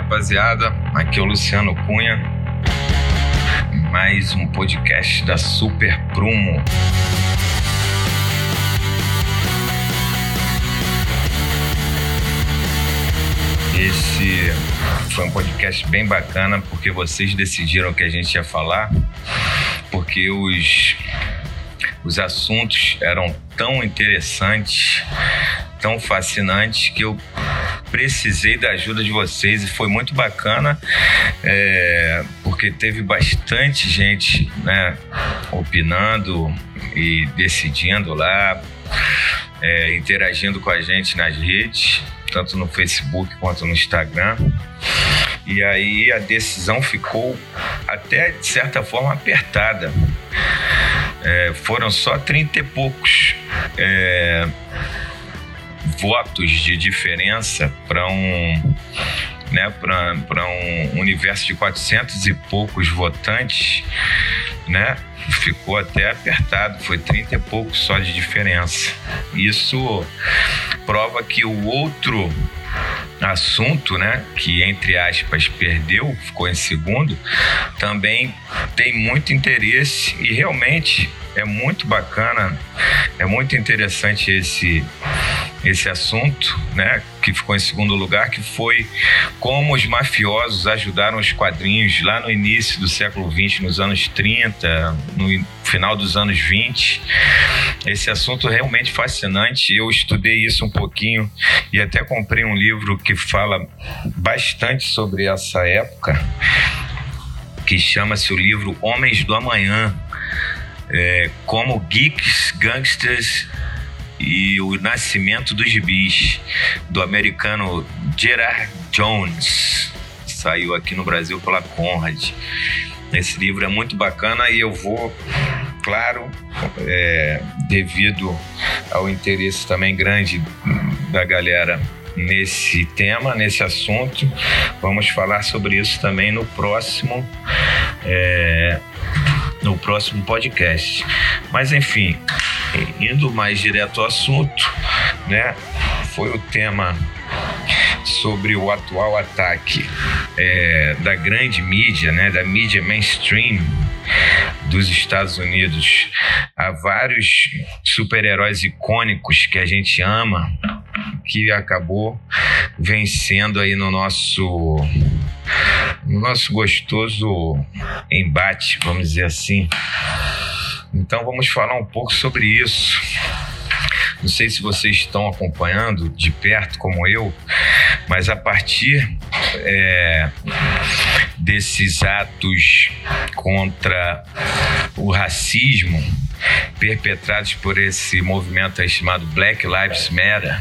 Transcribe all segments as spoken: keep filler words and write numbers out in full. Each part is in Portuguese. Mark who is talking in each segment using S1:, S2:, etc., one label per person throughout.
S1: rapaziada, aqui é o Luciano Cunha, mais um podcast da Super Prumo. Esse foi um podcast bem bacana porque vocês decidiram que a gente ia falar, porque os, os assuntos eram tão interessantes, tão fascinantes, que eu precisei da ajuda de vocês e foi muito bacana, é, porque teve bastante gente, né, opinando e decidindo lá, é, interagindo com a gente nas redes, tanto no Facebook quanto no Instagram. E aí a decisão ficou até, de certa forma, apertada. É, foram só trinta e poucos é, votos de diferença para um, né, para um universo de quatrocentos e poucos votantes, né? Ficou até apertado, foi trinta e poucos só de diferença. Isso prova que o outro assunto, né, que entre aspas perdeu, ficou em segundo, também tem muito interesse e realmente é muito bacana, é muito interessante esse, esse assunto, né, que ficou em segundo lugar, que foi como os mafiosos ajudaram os quadrinhos lá no início do século vinte, nos anos trinta, no final dos anos vinte. Esse assunto é realmente fascinante. Eu estudei isso um pouquinho e até comprei um livro que fala bastante sobre essa época, que chama-se o livro Homens do Amanhã, é, como geeks, gangsters e o nascimento dos gibis, do americano Gerard Jones. Saiu aqui no Brasil pela Conrad. Esse livro é muito bacana e eu vou, claro, é, devido ao interesse também grande da galera nesse tema, nesse assunto, vamos falar sobre isso também no próximo é, no próximo podcast. Mas enfim, indo mais direto ao assunto, né, foi o tema sobre o atual ataque é, da grande mídia, né, da mídia mainstream dos Estados Unidos a vários super-heróis icônicos que a gente ama, que acabou vencendo aí no nosso no nosso gostoso embate, vamos dizer assim. Então vamos falar um pouco sobre isso. Não sei se vocês estão acompanhando de perto como eu, mas a partir é, desses atos contra o racismo perpetrados por esse movimento aí chamado Black Lives Matter,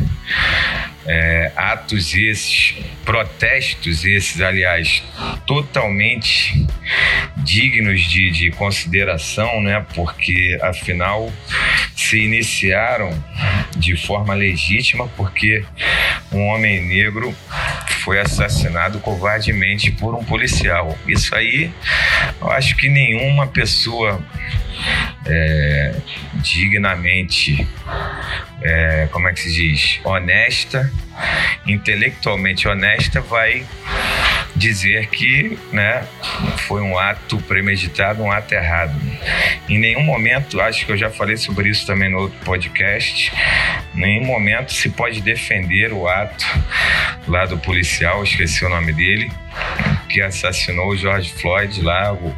S1: é, atos esses, protestos esses, aliás, totalmente dignos de, de consideração, né? Porque, afinal, se iniciaram de forma legítima porque um homem negro foi assassinado covardemente por um policial. Isso aí, eu acho que nenhuma pessoa é, dignamente, é, como é que se diz, honesta, intelectualmente honesta, vai dizer que, né, foi um ato premeditado, um ato errado. Em nenhum momento, acho que eu já falei sobre isso também no outro podcast, em nenhum momento se pode defender o ato lá do policial, esqueci o nome dele, que assassinou o George Floyd lá, o,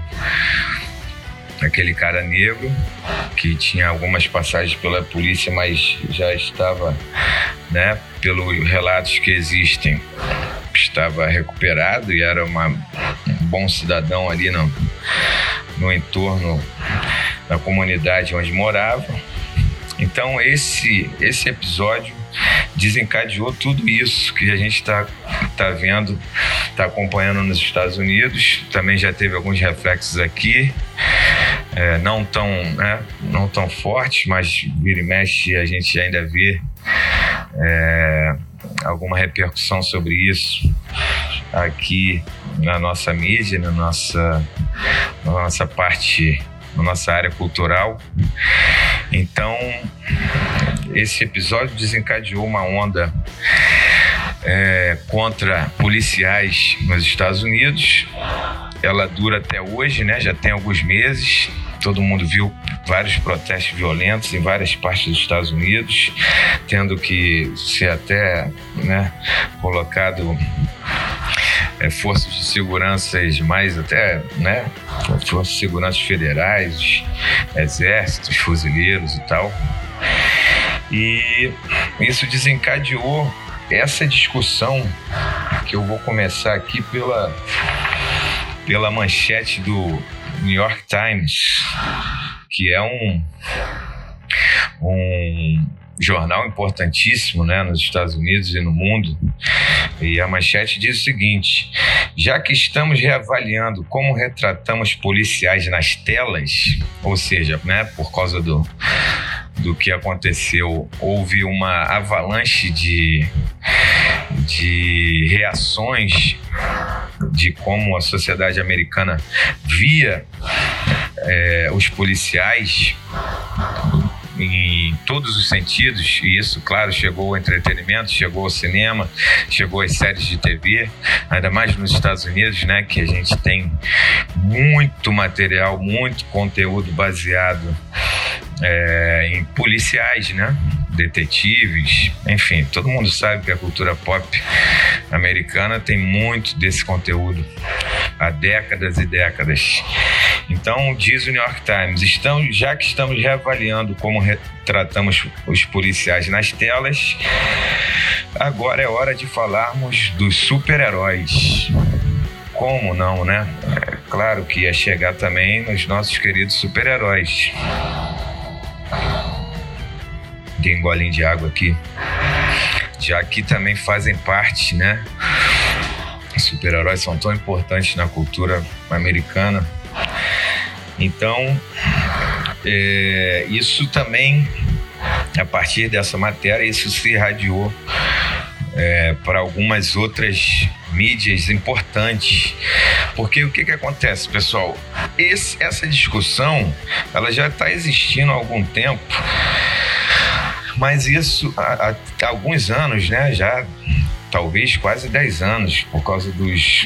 S1: aquele cara negro que tinha algumas passagens pela polícia, mas já estava, né, pelos relatos que existem, estava recuperado e era uma, um bom cidadão ali no, no entorno da comunidade onde morava. Então esse, esse episódio desencadeou tudo isso que a gente está tá vendo, está acompanhando nos Estados Unidos. Também já teve alguns reflexos aqui, é, não tão, né, não tão fortes, mas vira e mexe a gente ainda vê é, alguma repercussão sobre isso aqui na nossa mídia, na nossa, na nossa parte, na nossa área cultural. Então, esse episódio desencadeou uma onda é, contra policiais nos Estados Unidos. Ela dura até hoje, né? Já tem alguns meses. Todo mundo viu vários protestos violentos em várias partes dos Estados Unidos, tendo que ser até, né, colocado é, forças de segurança mais até, né, forças de segurança federais, exércitos, fuzileiros e tal. E isso desencadeou essa discussão que eu vou começar aqui pela, pela manchete do New York Times, que é um, um jornal importantíssimo, né, nos Estados Unidos e no mundo. E a manchete diz o seguinte: já que estamos reavaliando como retratamos policiais nas telas, ou seja, né, por causa do, do que aconteceu, houve uma avalanche de, de reações de como a sociedade americana via é, os policiais em todos os sentidos, e isso, claro, chegou ao entretenimento, chegou ao cinema, chegou às séries de T V, ainda mais nos Estados Unidos, né, que a gente tem muito material, muito conteúdo baseado é, em policiais, né, detetives, enfim, todo mundo sabe que a cultura pop americana tem muito desse conteúdo há décadas e décadas. Então, diz o New York Times, estamos, já que estamos reavaliando como retratamos os policiais nas telas, agora é hora de falarmos dos super-heróis. Como não, né? É claro que ia chegar também nos nossos queridos super-heróis. Dei um golinho de água aqui. Já que também fazem parte, né? Os super-heróis são tão importantes na cultura americana. Então, é, isso também, a partir dessa matéria, isso se irradiou é, para algumas outras mídias importantes. Porque o que que acontece, pessoal? Esse, essa discussão, ela já está existindo há algum tempo, mas isso há, há alguns anos, né? Já talvez quase dez anos, por causa dos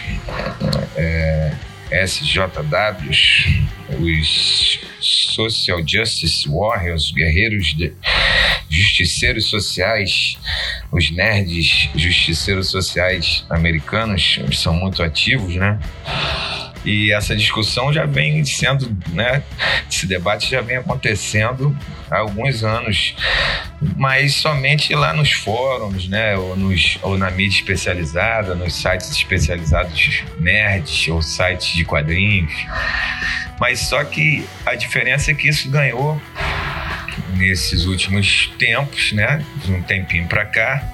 S1: é, S J Ws, os Social Justice Warriors, guerreiros de justiceiros sociais, os nerds justiceiros sociais americanos são muito ativos, né? E essa discussão já vem sendo, né? Esse debate já vem acontecendo há alguns anos, mas somente lá nos fóruns, né? Ou, nos, ou na mídia especializada, nos sites especializados nerds ou sites de quadrinhos. Mas só que a diferença é que isso ganhou nesses últimos tempos, né? De um tempinho pra cá,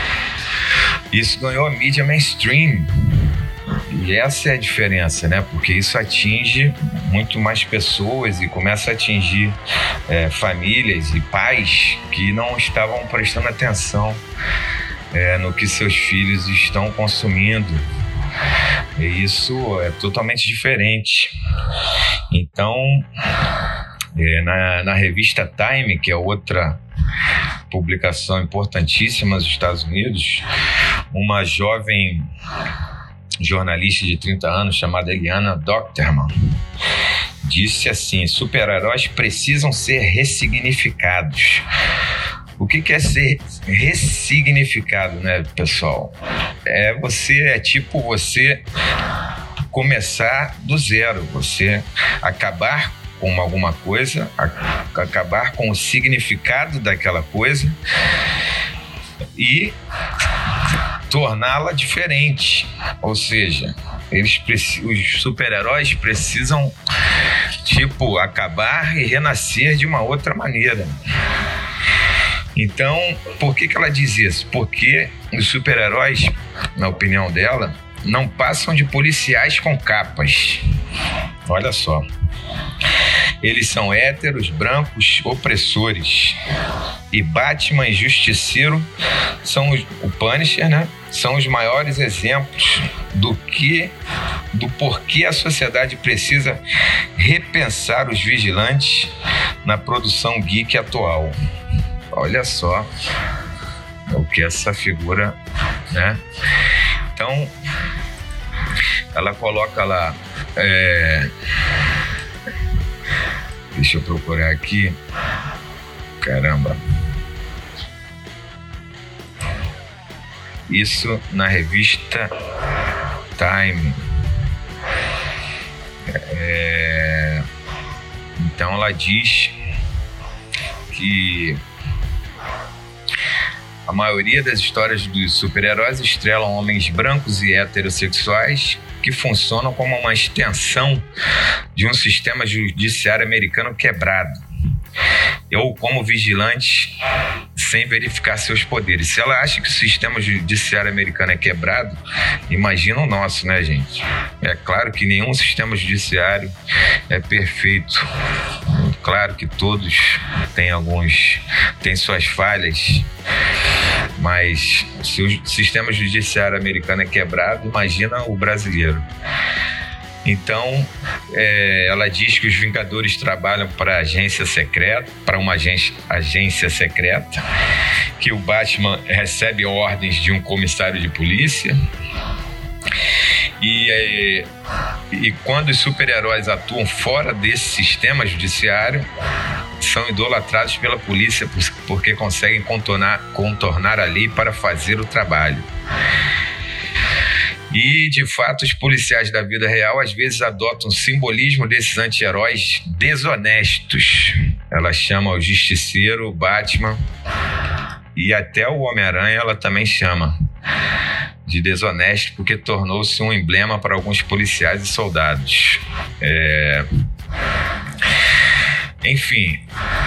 S1: isso ganhou a mídia mainstream. E essa é a diferença, né? Porque isso atinge muito mais pessoas e começa a atingir é, famílias e pais que não estavam prestando atenção é, no que seus filhos estão consumindo. E isso é totalmente diferente. Então, é, na, na revista Time, que é outra publicação importantíssima nos Estados Unidos, uma jovem jornalista de trinta anos chamada Eliana Dochterman disse assim: super-heróis precisam ser ressignificados. O que que é ser ressignificado, né, pessoal? É você, é tipo você começar do zero, você acabar com alguma coisa, a, acabar com o significado daquela coisa e torná-la diferente. Ou seja, eles, os super-heróis precisam, tipo, acabar e renascer de uma outra maneira. Então, por que que ela diz isso? Porque os super-heróis, na opinião dela, não passam de policiais com capas. Olha só. Eles são héteros, brancos, opressores. E Batman e Justiceiro são os, o Punisher, né? São os maiores exemplos do que, do porquê a sociedade precisa repensar os vigilantes na produção geek atual. Olha só. o que essa figura, né? Então, ela coloca lá, é... deixa eu procurar aqui, caramba, isso na revista Time. É... Então ela diz que a maioria das histórias dos super-heróis estrelam homens brancos e heterossexuais que funcionam como uma extensão de um sistema judiciário americano quebrado, ou como vigilantes sem verificar seus poderes. Se ela acha que o sistema judiciário americano é quebrado, imagina o nosso, né, gente? É claro que nenhum sistema judiciário é perfeito. Claro que todos têm alguns, têm suas falhas, mas se o sistema judiciário americano é quebrado, imagina o brasileiro. Então, é, ela diz que os Vingadores trabalham para agência secreta, para uma agência, agência secreta, que o Batman recebe ordens de um comissário de polícia. E, e, e quando os super-heróis atuam fora desse sistema judiciário, são idolatrados pela polícia porque conseguem contornar, contornar a lei para fazer o trabalho. E, de fato, os policiais da vida real às vezes adotam o simbolismo desses anti-heróis desonestos. Ela chama o Justiceiro, o Batman, e até o Homem-Aranha ela também chama de desonesto, porque tornou-se um emblema para alguns policiais e soldados. É... Enfim,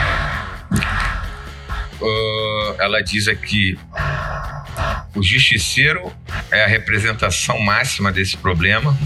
S1: uh, ela diz aqui: o Justiceiro é a representação máxima desse problema.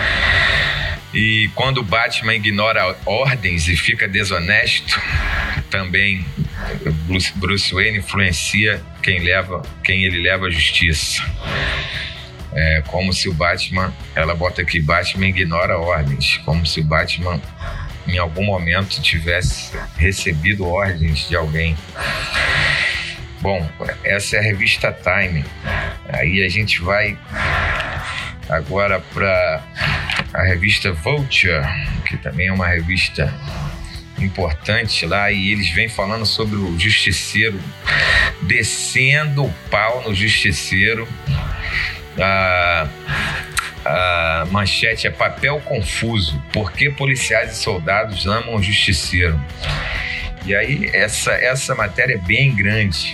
S1: E quando o Batman ignora ordens e fica desonesto, também Bruce, Bruce Wayne influencia quem, leva, quem ele leva à justiça. É como se o Batman, ela bota aqui, Batman ignora ordens, como se o Batman em algum momento tivesse recebido ordens de alguém. Bom, essa é a revista Time. Aí a gente vai agora para a revista Vulture, que também é uma revista importante lá, e eles vêm falando sobre o Justiceiro, descendo o pau no Justiceiro. A, a manchete é: papel confuso, por que policiais e soldados amam o Justiceiro? E aí essa, essa matéria é bem grande.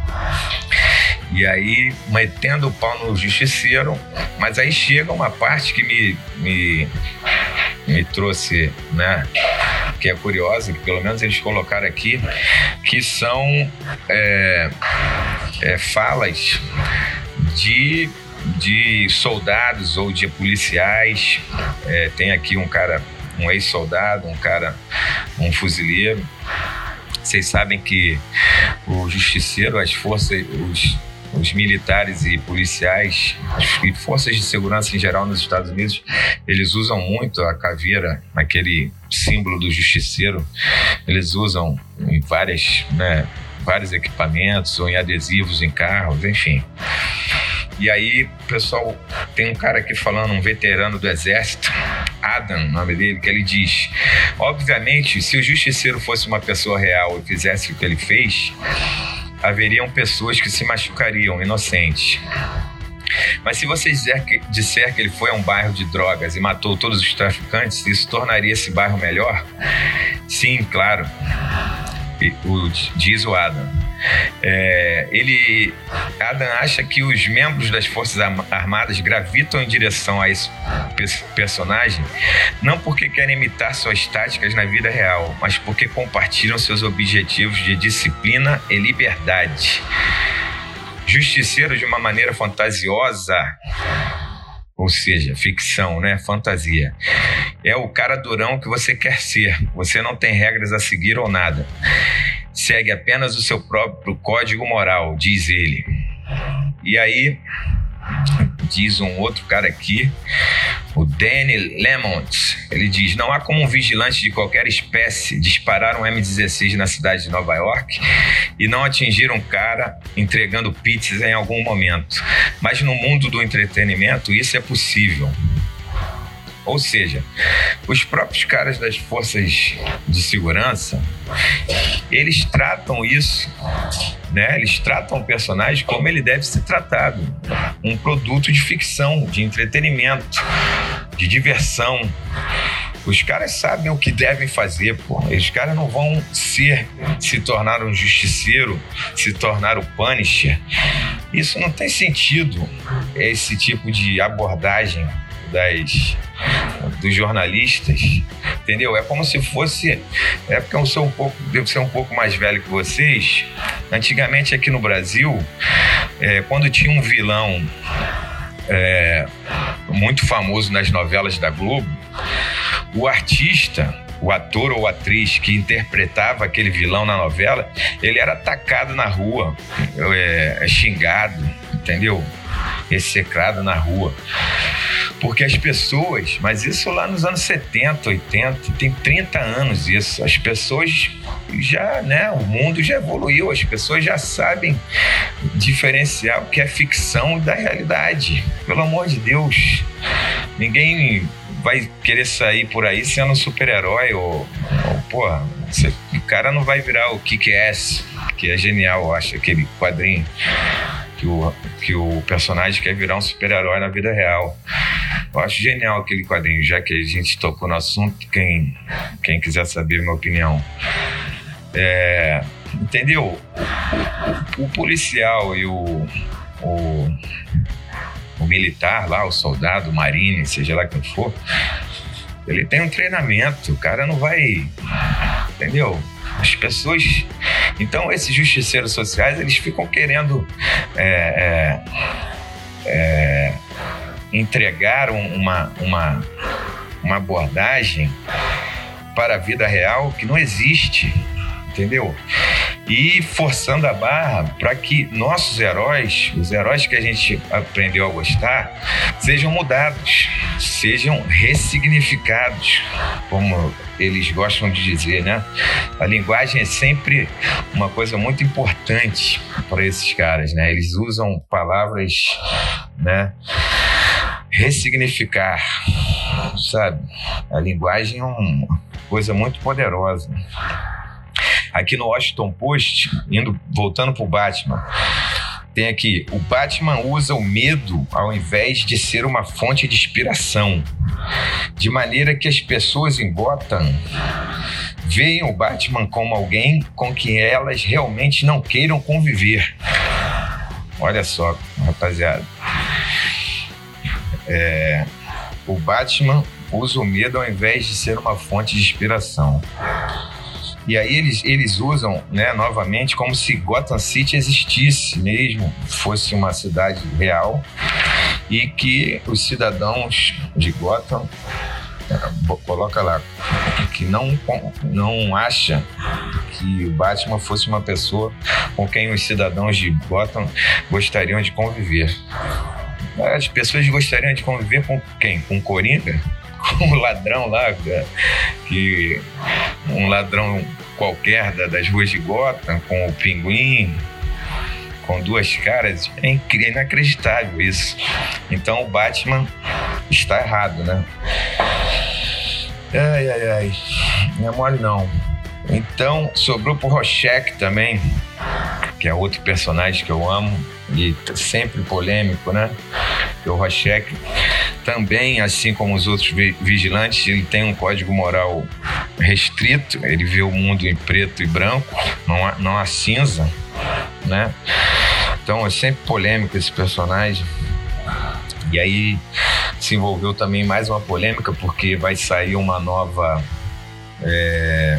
S1: E aí, metendo o pau no Justiceiro, mas aí chega uma parte que me, me, me trouxe, né, que é curiosa, que pelo menos eles colocaram aqui, que são é, é, falas de, de soldados ou de policiais. É, tem aqui um cara, um ex-soldado, um cara, um fuzileiro. Vocês sabem que o Justiceiro, as forças, os, os militares e policiais e forças de segurança em geral nos Estados Unidos, eles usam muito a caveira, aquele símbolo do Justiceiro. Eles usam em várias, né, vários equipamentos ou em adesivos em carros, enfim. E aí, pessoal, tem um cara aqui falando, um veterano do exército, Adam, o nome dele, que ele diz: obviamente, se o Justiceiro fosse uma pessoa real e fizesse o que ele fez, haveriam pessoas que se machucariam, inocentes. Mas se você disser que, disser que ele foi a um bairro de drogas e matou todos os traficantes, isso tornaria esse bairro melhor? Sim, claro, o, diz o Adam. É, ele, Adam acha que os membros das Forças Armadas gravitam em direção a esse personagem não porque querem imitar suas táticas na vida real, mas porque compartilham seus objetivos de disciplina e liberdade. Justiceiro, de uma maneira fantasiosa, ou seja, ficção, né? Fantasia. É o cara durão que você quer ser. Você não tem regras a seguir ou nada. Segue apenas o seu próprio código moral, diz ele. E aí, diz um outro cara aqui, o Danny Lemont. Ele diz: não há como um vigilante de qualquer espécie disparar um M dezesseis na cidade de Nova York e não atingir um cara entregando pizzas em algum momento. Mas no mundo do entretenimento isso é possível. Ou seja, os próprios caras das forças de segurança, eles tratam isso, né? Eles tratam o personagem como ele deve ser tratado. Um produto de ficção, de entretenimento, de diversão. Os caras sabem o que devem fazer, pô. Os caras não vão ser, se tornar um justiceiro, se tornar o Punisher. Isso não tem sentido, esse tipo de abordagem das, dos jornalistas, entendeu? É como se fosse, é porque eu sou um pouco, devo ser um pouco mais velho que vocês. Antigamente aqui no Brasil, é, quando tinha um vilão é, muito famoso nas novelas da Globo, o artista, o ator ou atriz que interpretava aquele vilão na novela, ele era atacado na rua, é, xingado, entendeu? Execrado na rua. Porque as pessoas, mas isso lá nos anos setenta, oitenta, tem trinta anos isso, as pessoas já, né, o mundo já evoluiu, as pessoas já sabem diferenciar o que é ficção da realidade. Pelo amor de Deus, ninguém vai querer sair por aí sendo um super-herói ou, ou porra, você, o cara não vai virar o Kick-Ass, que é genial, eu acho, aquele quadrinho que o, que o personagem quer virar um super-herói na vida real. Eu acho genial aquele quadrinho, já que a gente tocou no assunto, quem, quem quiser saber a minha opinião. É, entendeu? O, o, o policial e o, o, o militar lá, o soldado, o marine, seja lá quem for, ele tem um treinamento, o cara não vai... Entendeu? As pessoas... Então, esses justiceiros sociais, eles ficam querendo é, é, é, entregar uma, uma, uma abordagem para a vida real que não existe, entendeu? E forçando a barra para que nossos heróis, os heróis que a gente aprendeu a gostar, sejam mudados, sejam ressignificados, como eles gostam de dizer, né? A linguagem é sempre uma coisa muito importante para esses caras, né? Eles usam palavras, né? Ressignificar, sabe? A linguagem é uma coisa muito poderosa. Aqui no Washington Post, indo, voltando pro Batman, tem aqui: o Batman usa o medo ao invés de ser uma fonte de inspiração, de maneira que as pessoas em Gotham veem o Batman como alguém com quem elas realmente não queiram conviver. Olha só, rapaziada. É, o Batman usa o medo ao invés de ser uma fonte de inspiração. E aí eles, eles usam, né, novamente, como se Gotham City existisse mesmo, fosse uma cidade real, e que os cidadãos de Gotham, coloca lá, que não, não acha que o Batman fosse uma pessoa com quem os cidadãos de Gotham gostariam de conviver. As pessoas gostariam de conviver com quem? Com o Coringa? Com o ladrão lá, que um ladrão qualquer das ruas de Gotham, com o Pinguim, com duas caras. É inacreditável isso. Então o Batman está errado, né? Ai, ai, ai. Não é mole não. Então sobrou pro Rorschach também, que é outro personagem que eu amo e sempre polêmico, né? O Rorschach também, assim como os outros vigilantes, ele tem um código moral restrito, ele vê o mundo em preto e branco, não há, não há cinza, né? Então é sempre polêmico esse personagem. E aí se envolveu também mais uma polêmica, porque vai sair uma nova é,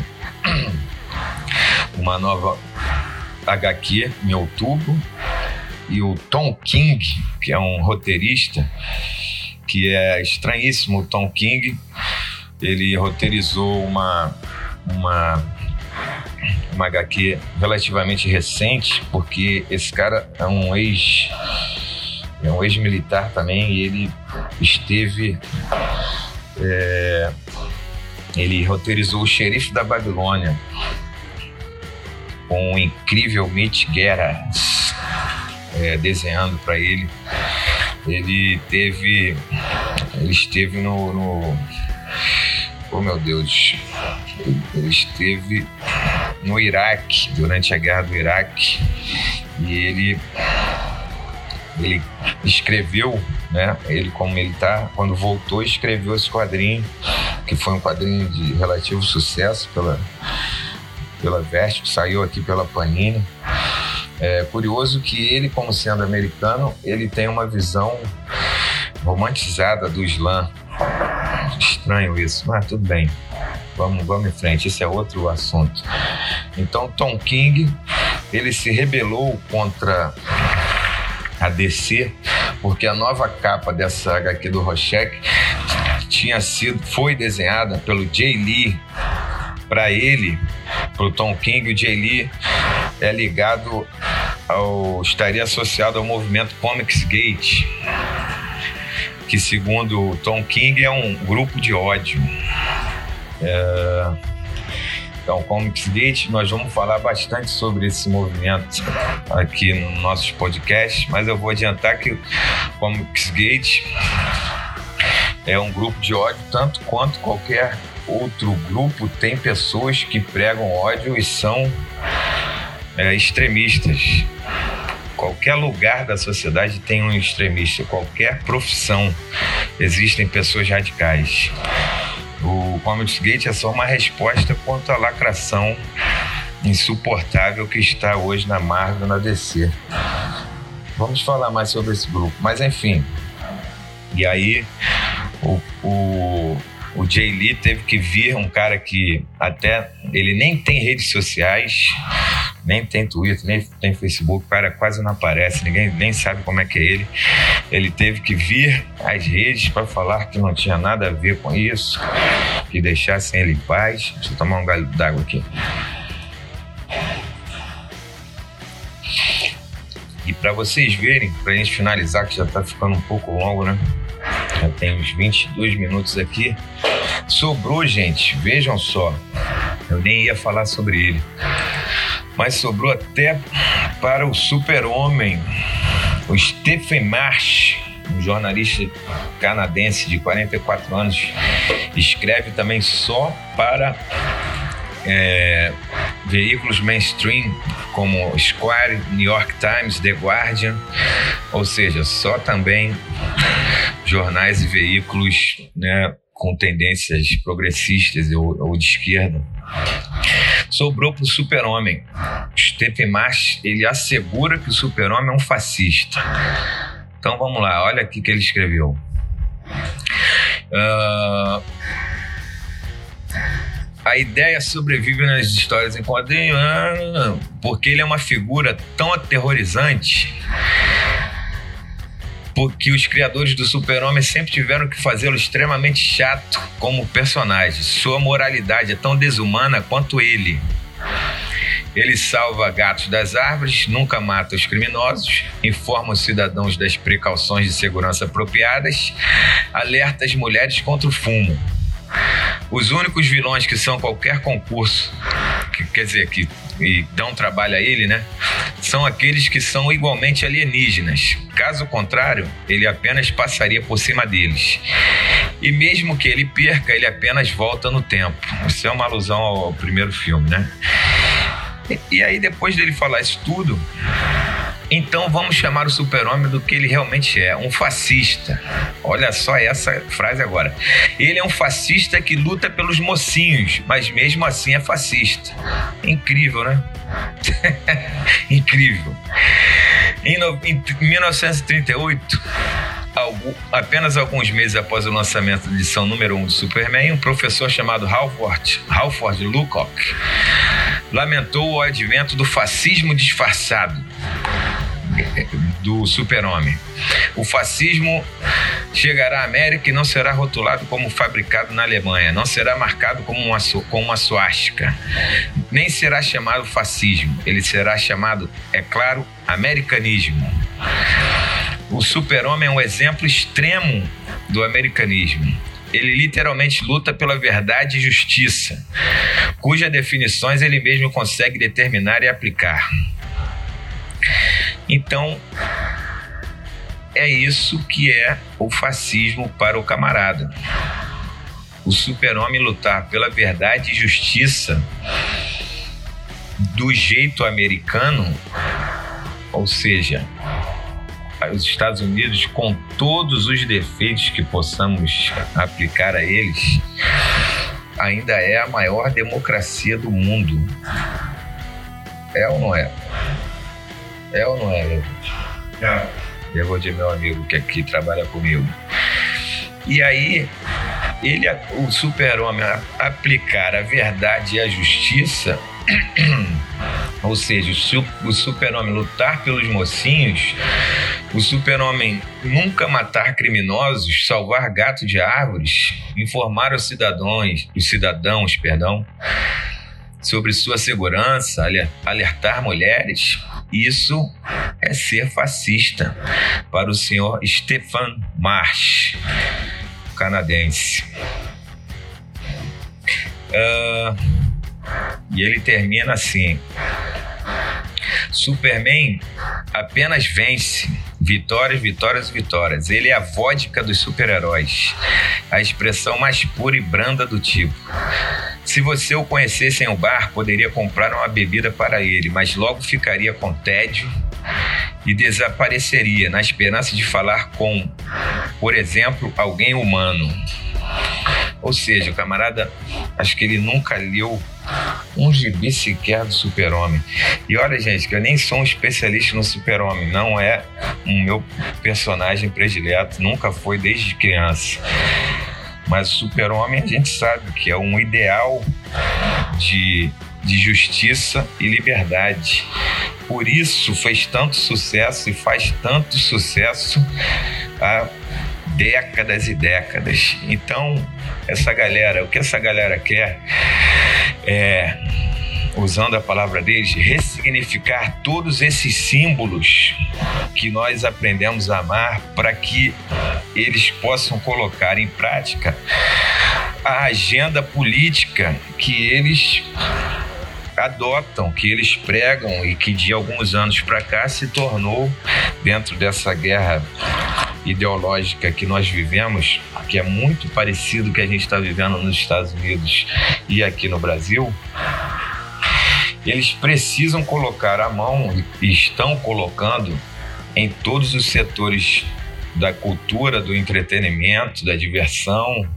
S1: uma nova agá quê em outubro, e o Tom King, que é um roteirista, que é estranhíssimo, o Tom King, ele roteirizou uma, uma, uma agá quê relativamente recente, porque esse cara é um ex, é um ex-militar também, e ele esteve... É, ele roteirizou O Xerife da Babilônia, com o incrível Mitch Gerads é, desenhando para ele. Ele teve... Ele esteve no... no oh, meu Deus... Ele esteve no Iraque, durante a guerra do Iraque, e ele... Ele escreveu, né? Ele como militar, quando voltou, escreveu esse quadrinho, que foi um quadrinho de relativo sucesso pela, pela Vertigo, saiu aqui pela Panini. É curioso que ele, como sendo americano, ele tem uma visão romantizada do Islã. Estranho isso, mas tudo bem. Vamos, vamos em frente, esse é outro assunto. Então, Tom King, ele se rebelou contra a D C, porque a nova capa dessa agá quê do Rorschach tinha sido, foi desenhada pelo Jay Lee para ele, para o Tom King. O Jay Lee é ligado ao, estaria associado ao movimento Comicsgate, que segundo o Tom King é um grupo de ódio. É... Então, Comicsgate, nós vamos falar bastante sobre esse movimento aqui nos nossos podcasts, mas eu vou adiantar que o Comicsgate é um grupo de ódio, tanto quanto qualquer outro grupo. Tem pessoas que pregam ódio e são é, extremistas. Qualquer lugar da sociedade tem um extremista, qualquer profissão existem pessoas radicais. O Comicsgate é só uma resposta quanto à lacração insuportável que está hoje na Marvel e na D C. Vamos falar mais sobre esse grupo, mas enfim. E aí o, o, o Jay Lee teve que vir, um cara que até ele nem tem redes sociais, nem tem Twitter, nem tem Facebook, o cara quase não aparece, ninguém nem sabe como é que é ele. Ele teve que vir às redes para falar que não tinha nada a ver com isso, que deixassem ele em paz. Deixa eu tomar um galho d'água aqui. E para vocês verem, para a gente finalizar, que já está ficando um pouco longo, né? Já tem uns vinte e dois minutos aqui. Sobrou, gente, vejam só. Eu nem ia falar sobre ele, mas sobrou até para o Super-Homem. O Stephen Marsh, um jornalista canadense de quarenta e quatro anos, escreve também só para é, veículos mainstream como Esquire, New York Times, The Guardian, ou seja, só também jornais e veículos, né, com tendências progressistas ou, ou de esquerda. Sobrou para o Super-Homem. Stephen Marsh, ele assegura que o Super-Homem é um fascista. Então vamos lá, olha aqui que ele escreveu. Uh, a ideia sobrevive nas histórias em quadrinhos uh, porque ele é uma figura tão aterrorizante, porque os criadores do Super-Homem sempre tiveram que fazê-lo extremamente chato como personagem. Sua moralidade é tão desumana quanto ele. Ele salva gatos das árvores, nunca mata os criminosos, informa os cidadãos das precauções de segurança apropriadas, alerta as mulheres contra o fumo. Os únicos vilões que são qualquer concurso, que, quer dizer, que e dão trabalho a ele, né, são aqueles que são igualmente alienígenas. Caso contrário, ele apenas passaria por cima deles. E mesmo que ele perca, ele apenas volta no tempo. Isso é uma alusão ao primeiro filme, né? E, e aí, depois dele falar isso tudo, então vamos chamar o Super-Homem do que ele realmente é, um fascista. Olha só essa frase agora. Ele é um fascista que luta pelos mocinhos, mas mesmo assim é fascista. Incrível, né? Incrível. Em, no, em mil novecentos e trinta e oito, algo, apenas alguns meses após o lançamento da edição número um do Superman, um professor chamado Halford, Halford Lucock lamentou o advento do fascismo disfarçado do Super-Homem. O fascismo chegará à América e não será rotulado como fabricado na Alemanha, não será marcado como uma, como uma suástica, nem será chamado fascismo, ele será chamado, é claro, americanismo. O super-homem é um exemplo extremo do americanismo. Ele literalmente luta pela verdade e justiça, cujas definições ele mesmo consegue determinar e aplicar. Então, é isso que é o fascismo para o camarada. O super-homem lutar pela verdade e justiça do jeito americano, ou seja, os Estados Unidos, com todos os defeitos que possamos aplicar a eles, ainda é a maior democracia do mundo. É ou não é? É ou não é, Levante? É. Eu vou dizer meu amigo que aqui trabalha comigo. E aí, ele, o super-homem aplicar a verdade e a justiça, ou seja, o super-homem lutar pelos mocinhos, o super-homem nunca matar criminosos, salvar gato de árvores, informar os cidadãos, os cidadãos, perdão, sobre sua segurança, alertar mulheres, isso é ser fascista para o senhor Stephen Marsh, canadense. Uh, e ele termina assim: Superman apenas vence. Vitórias, vitórias, vitórias. Ele é a vodka dos super-heróis, a expressão mais pura e branda do tipo. Se você o conhecesse em um bar, poderia comprar uma bebida para ele, mas logo ficaria com tédio e desapareceria, na esperança de falar com, por exemplo, alguém humano. Ou seja, o camarada, acho que ele nunca leu um gibi sequer do super-homem. E olha, gente, que eu nem sou um especialista no super-homem, não é um meu personagem predileto, nunca foi desde criança. Mas o super-homem a gente sabe que é um ideal de, de justiça e liberdade. Por isso fez tanto sucesso e faz tanto sucesso há décadas e décadas. Então, essa galera, o que essa galera quer é, usando a palavra deles, ressignificar todos esses símbolos que nós aprendemos a amar para que eles possam colocar em prática a agenda política que eles adotam, que eles pregam e que de alguns anos para cá se tornou, dentro dessa guerra ideológica que nós vivemos, que é muito parecido com o que a gente está vivendo nos Estados Unidos e aqui no Brasil, eles precisam colocar a mão e estão colocando em todos os setores da cultura, do entretenimento, da diversão,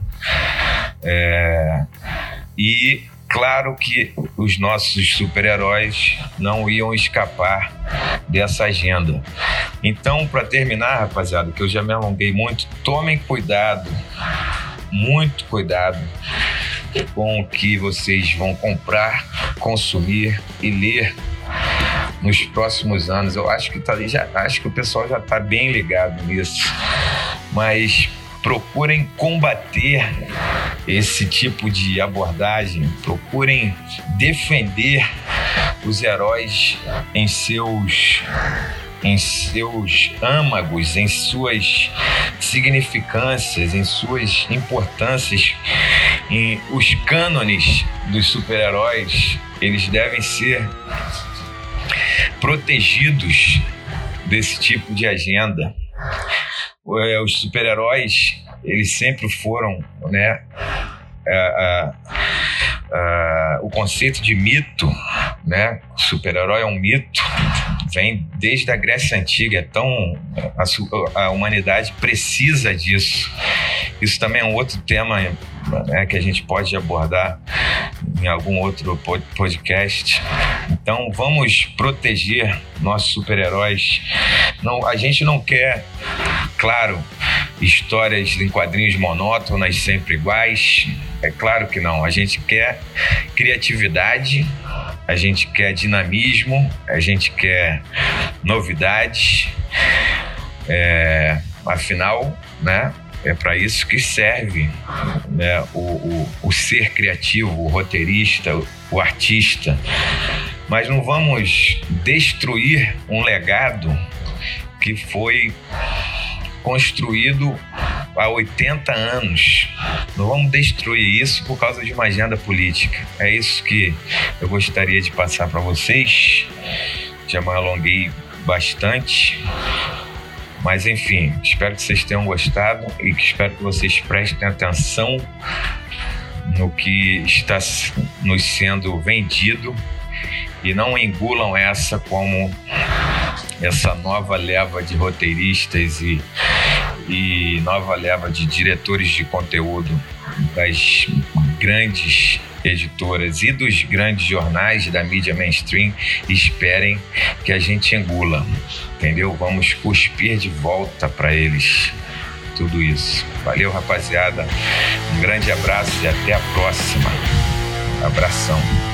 S1: é, e claro que os nossos super-heróis não iam escapar dessa agenda. Então, para terminar, rapaziada, que eu já me alonguei muito, tomem cuidado, muito cuidado com o que vocês vão comprar, consumir e ler nos próximos anos. Eu acho que, tá, já, acho que o pessoal já está bem ligado nisso, mas procurem combater esse tipo de abordagem, procurem defender os heróis em seus, em seus âmagos, em suas significâncias, em suas importâncias. Em os cânones dos super-heróis, eles devem ser protegidos desse tipo de agenda. Os super-heróis, eles sempre foram, né, a, a, a, o conceito de mito, né, super-herói é um mito, vem desde a Grécia Antiga, então a, a humanidade precisa disso. Isso também é um outro tema, né, que a gente pode abordar em algum outro podcast. Então vamos proteger nossos super-heróis. Não, a gente não quer, claro, histórias em quadrinhos monótonas, sempre iguais. É claro que não. A gente quer criatividade, a gente quer dinamismo, a gente quer novidades. É, afinal, né, é para isso que serve, né, o, o, o ser criativo, o roteirista, o, o artista. Mas não vamos destruir um legado que foi construído há oitenta anos. Não vamos destruir isso por causa de uma agenda política. É isso que eu gostaria de passar para vocês. Já me alonguei bastante, mas enfim, espero que vocês tenham gostado e que espero que vocês prestem atenção no que está nos sendo vendido e não engulam essa como essa nova leva de roteiristas e, e nova leva de diretores de conteúdo das grandes editoras e dos grandes jornais da mídia mainstream esperem que a gente engula, entendeu? Vamos cuspir de volta para eles tudo isso. Valeu, rapaziada. Um grande abraço e até a próxima. Abração.